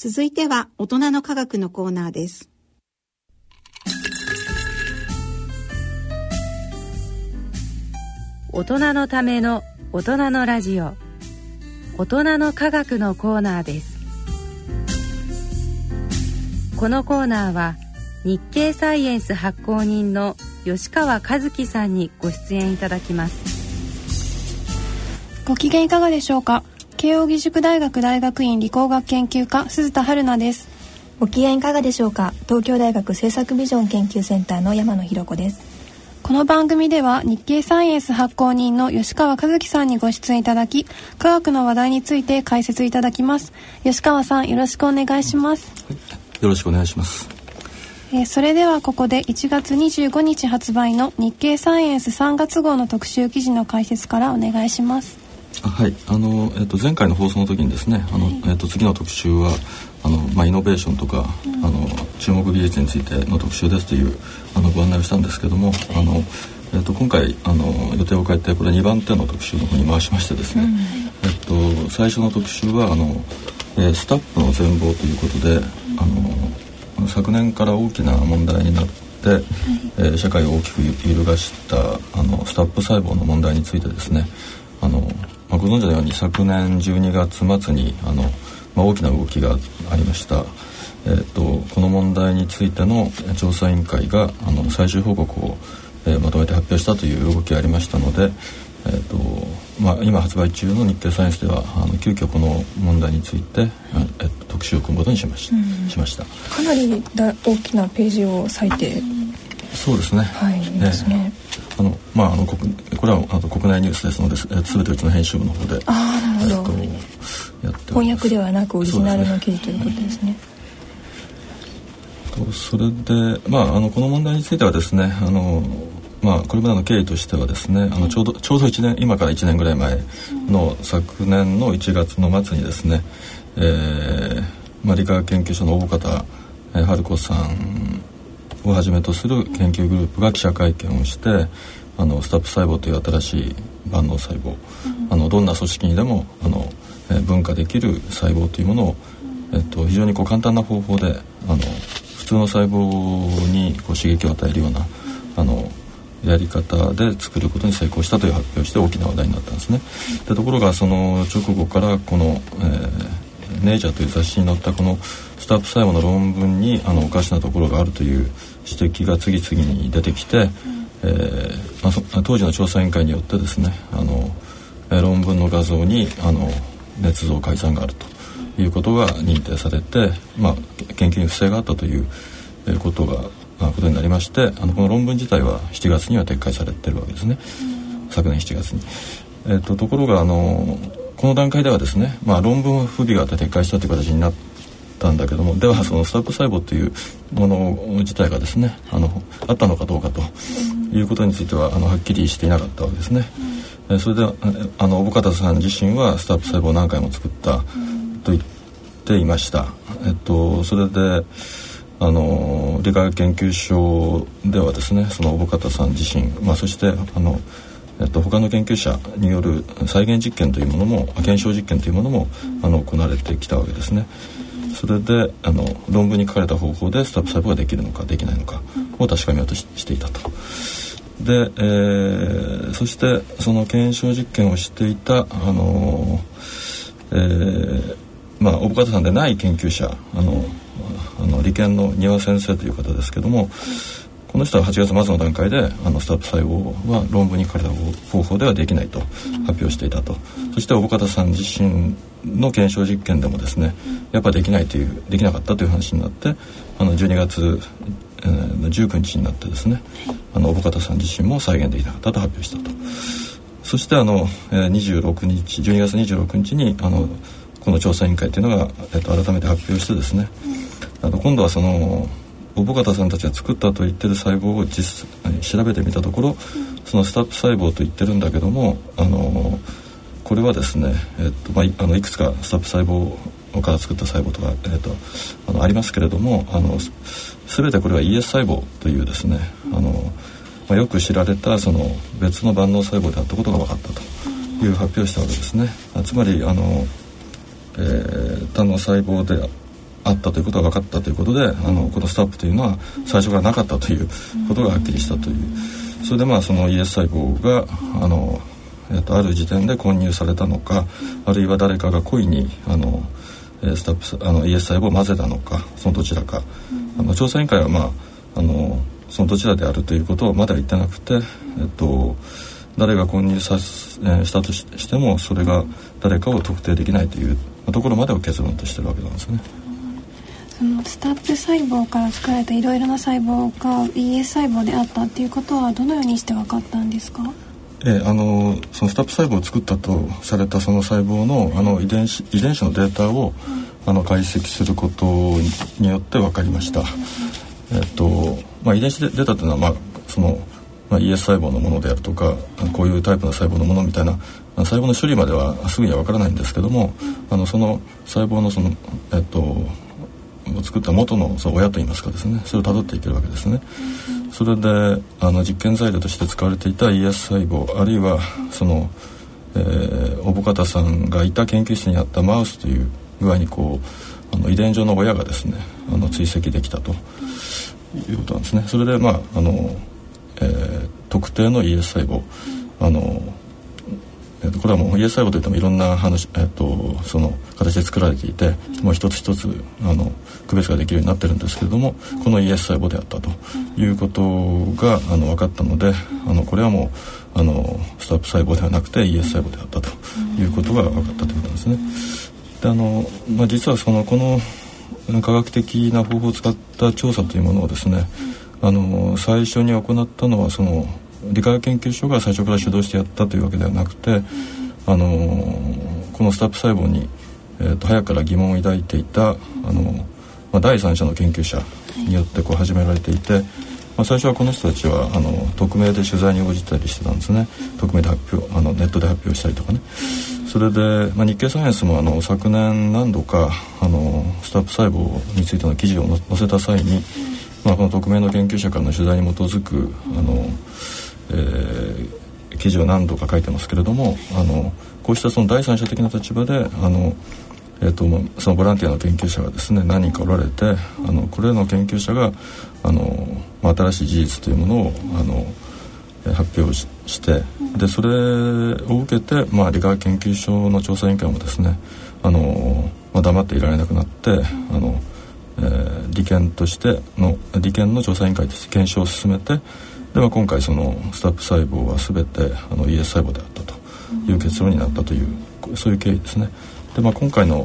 続いては大人の科学のコーナーです。 大人のための大人のラジオ、大人の科学のコーナーです。このコーナーは日経サイエンス発行人の吉川和樹さんにご出演いただきます。 ご機嫌いかがでしょうか。慶應義塾大学大学院理工学研究科鈴田春奈です。 ご機嫌いかがでしょうか。東京大学政策ビジョン研究センターの山野博子です。 この番組では日経サイエンス発行人の吉川和樹さんにご出演いただき、科学の話題について解説いただきます。吉川さん、よろしくお願いします。 はい、よろしくお願いします。 それではここで1月25日発売の日経サイエンス3月号の特集記事の解説からお願いします。 はい、前回の放送の時にですね、次の特集はイノベーションとか、注目技術についての特集ですというご案内をしたんですけども、今回予定を変えてこれ2番手の特集の方に回しましてですね、最初の特集はスタッフの全貌ということで、昨年から大きな問題になって、社会を大きく揺るがしたスタッフ細胞の問題についてですね、ご存知のように昨年12月末に大きな動きがありました。この問題についての調査委員会が最終報告を、まとめて発表したという動きがありましたので、今発売中の日経サイエンスでは急遽この問題について、特集を組むことにしました。 かなり大きなページを割いて。 そうですね。 はい、いいですね。 これは国内ニュースですので、全てうちの編集部の方でなるほど、 やって翻訳ではなくオリジナルの記事ということですね。 それで、この問題についてはですね、これまでの経緯としてはですね、ちょうど1年、今から1年ぐらい前の昨年の1月の末にですね、理化学研究所の大方春子さんをはじめとする研究グループが記者会見をして、スタップ細胞という新しい万能細胞、どんな組織にでも分化できる細胞というものを、非常に簡単な方法で普通の細胞に刺激を与えるようなやり方で作ることに成功したという発表をして大きな話題になったんですね。でところがその直後からこの、ネイチャーという雑誌に載ったこのスタップ細胞の論文におかしなところがあるという指摘が次々に出てきて、当時の調査委員会によってですね、論文の画像に捏造改ざんがあるということが認定されて、研究に不正があったということになりまして、この論文自体は7月には撤回されているわけですね、昨年7月に。ところがこの段階ではですね、論文不備があって撤回したという形になったんだけども、ではそのスタップ細胞というもの自体がですね、あったのかどうかということについてははっきりしていなかったわけですね。それで小保方さん自身はスタップ細胞を何回も作ったと言っていました。それで理化学研究所ではですね、その小保方さん自身、そして他の研究者による再現実験というものも検証実験というものも行われてきたわけですね。それで論文に書かれた方法でスタップ細胞ができるのかできないのかを確かめようとしていたと。で、そしてその検証実験をしていた小保方さんでない研究者理研の丹羽先生という方ですけども、この人は8月末の段階でスタップ細胞は論文に書かれた方法ではできないと発表していたと。そして小保方さん自身の検証実験でもですね、やっぱできなかったという話になって、12月19日になってですね、小保方さん自身も再現できなかったと発表したと。そして12月26日にこの調査委員会というのが、改めて発表してですね、今度はその小保方さんたちが作ったと言ってる細胞を調べてみたところ、そのスタップ細胞と言ってるんだけども、これはですね、いくつかスタップ細胞から作った細胞とか、ありますけれども、全てこれは ES 細胞というですね、よく知られたその別の万能細胞であったことが分かったという発表をしたわけですね。つまり他の細胞であったということが分かったということで、このスタップというのは最初からなかったということがはっきりしたという。それでその ES 細胞がある時点で混入されたのか、あるいは誰かが故意にスタップES 細胞を混ぜたのか、そのどちらか、調査委員会はそのどちらであるということをまだ言ってなくて、誰が混入したとしてもそれが誰かを特定できないというところまでを結論としてるわけなんですね。 そのスタップ細胞から作られたいろいろな細胞が ES 細胞であったっていうことはどのようにして分かったんですか？ そのスタップ細胞を作ったとされたその細胞の遺伝子のデータを解析することによって分かりました。遺伝子データというのはそのES 細胞のものであるとか、こういうタイプの細胞のものみたいな細胞の種類まではすぐには分からないんですけども、その細胞の作った元のその親といいますかですね、それをたどっていけるわけですね。それで実験材料として使われていた ES 細胞、あるいはその小保方さんがいた研究室にあったマウスという具合に遺伝上の親がですね追跡できたということなんですね。それで特定の ES 細胞、これはもう ES 細胞といってもいろんなその形で作られていて、もう一つ一つ区別ができるようになってるんですけれども、この ES 細胞であったということが分かったので、これはもうスタップ細胞ではなくて ES 細胞であったということが分かったということなんですね。で実はこの科学的な方法を使った調査というものをですね、最初に行ったのはその理化学研究所が最初から主導してやったというわけではなくて、このスタップ細胞に、早くから疑問を抱いていた第三者の研究者によって始められていて、最初はこの人たちは匿名で取材に応じたりしてたんですね。匿名で発表ネットで発表したりとかね。それで、日経サイエンスも昨年何度かスタップ細胞についての記事を載せた際に、この匿名の研究者からの取材に基づく記事を何度か書いてますけれども、こうしたその第三者的な立場でそのボランティアの研究者がですね何人かおられて、これらの研究者が新しい事実というものを発表して、でそれを受けて、理化学研究所の調査委員会もですね黙っていられなくなって、理研の調査委員会として検証を進めて、で今回そのスタップ細胞は全てES 細胞であったという結論になったという、そういう経緯ですね。で今回の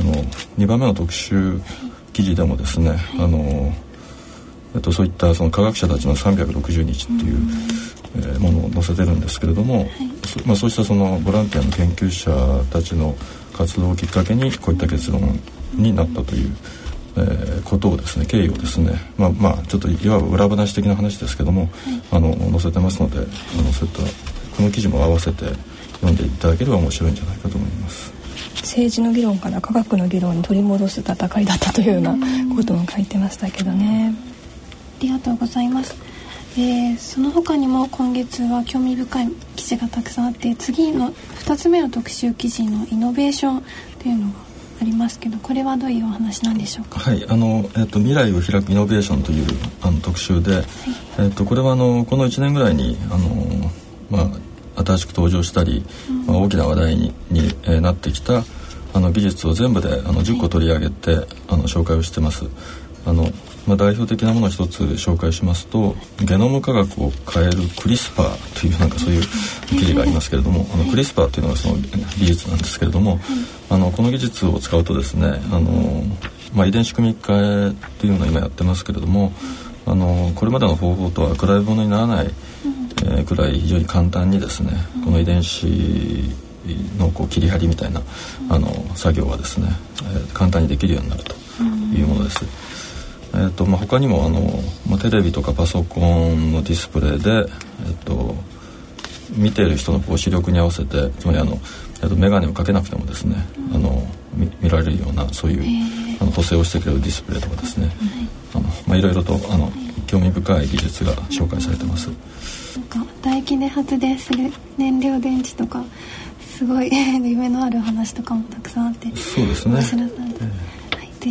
2番目の特集記事でもですね、そういったその科学者たちの360日っていうものを載せてるんですけれども、そうしたそのボランティアの研究者たちの活動をきっかけにこういった結論になったということをですね、経緯をですね、ちょっといわば裏話的な話ですけども、載せてますので、そういったこの記事も合わせて読んでいただければ面白いんじゃないかと思います。 政治の議論から科学の議論に取り戻す戦いだったというようなことも書いてましたけどね。 ありがとうございます。その他にも今月は興味深い記事がたくさんあって、次の2つ目の特集記事のイノベーションというのがありますけど、これはどういうお話なんでしょうか？ はい、未来を開くイノベーションという特集で、これはこの1年ぐらいに新しく登場したり、大きな話題になってきた技術を全部で10個取り上げて紹介をしてます。代表的なものを一つ紹介しますと、ゲノム科学を変えるクリスパーというそういう記事がありますけれども、クリスパーというのはその技術なんですけれども、この技術を使うとですね、遺伝子組み換えっていうのを今やってますけれども、これまでの方法とは比べ物にならないくらい非常に簡単にですね、この遺伝子の切り張りみたいな作業はですね、簡単にできるようになるというものです。他にもテレビとかパソコンのディスプレイで、見ている人の視力に合わせて、つまり眼鏡をかけなくてもですね、見られるようなそういう補正をしてくれるディスプレイとかですね、いろいろと興味深い技術が紹介されてます。 唾液で発電する燃料電池とか、すごい夢のある話とかもたくさんあって、 そうですね、 面白そうです。ぜひ読んで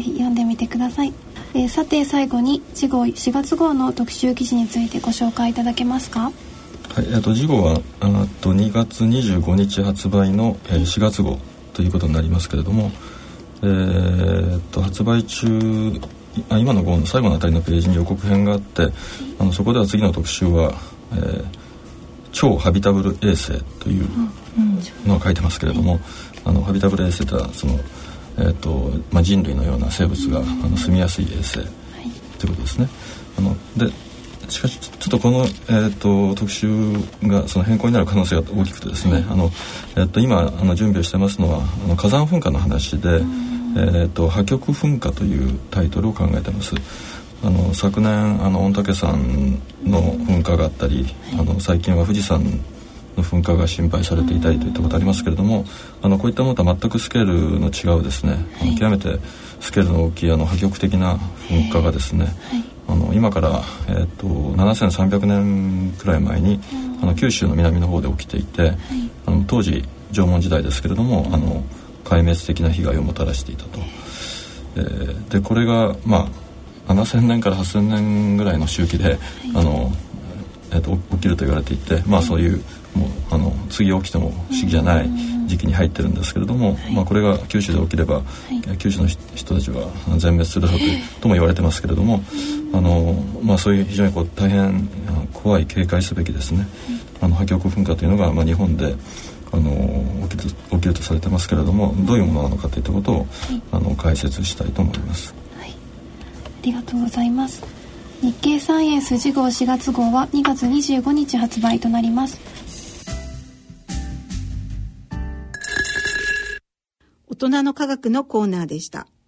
みてください。さて最後に次号4月号の特集記事についてご紹介いただけますか？ はい、次号は2月25日発売の4月号ということになりますけれども、発売中今の号の最後のあたりのページに予告編があって、そこでは次の特集は、超ハビタブル衛星というのを書いてますけれども、ハビタブル衛星とはその、人類のような生物が住みやすい衛星ということですね。でしかしちょっとこの、特集がその変更になる可能性が大きくてですね、今準備をしてますのは火山噴火の話で、破局噴火というタイトルを考えてます。昨年御嶽山の噴火があったり、最近は富士山の噴火が心配されていたりといったことありますけれども、こういったものとは全くスケールの違うですね、極めてスケールの大きい破局的な噴火がですね、今から、7300年くらい前に九州の南の方で起きていて、当時縄文時代ですけれども壊滅的な被害をもたらしていたと。でこれが7000年から8000年ぐらいの周期で、起きると言われていて、そういうもう次起きても不思議じゃない時期に入ってるんですけれども、これが九州で起きれば、九州の人たちは全滅するだろうとも言われてますけれども、そういう非常に大変怖い警戒すべきですね、破局噴火というのが、日本で起きるとされてますけれども、どういうものなのかといったことを、解説したいと思います。 ありがとうございます。日経サイエンス次号4月号は2月25日発売となります。 大人の科学のコーナーでした。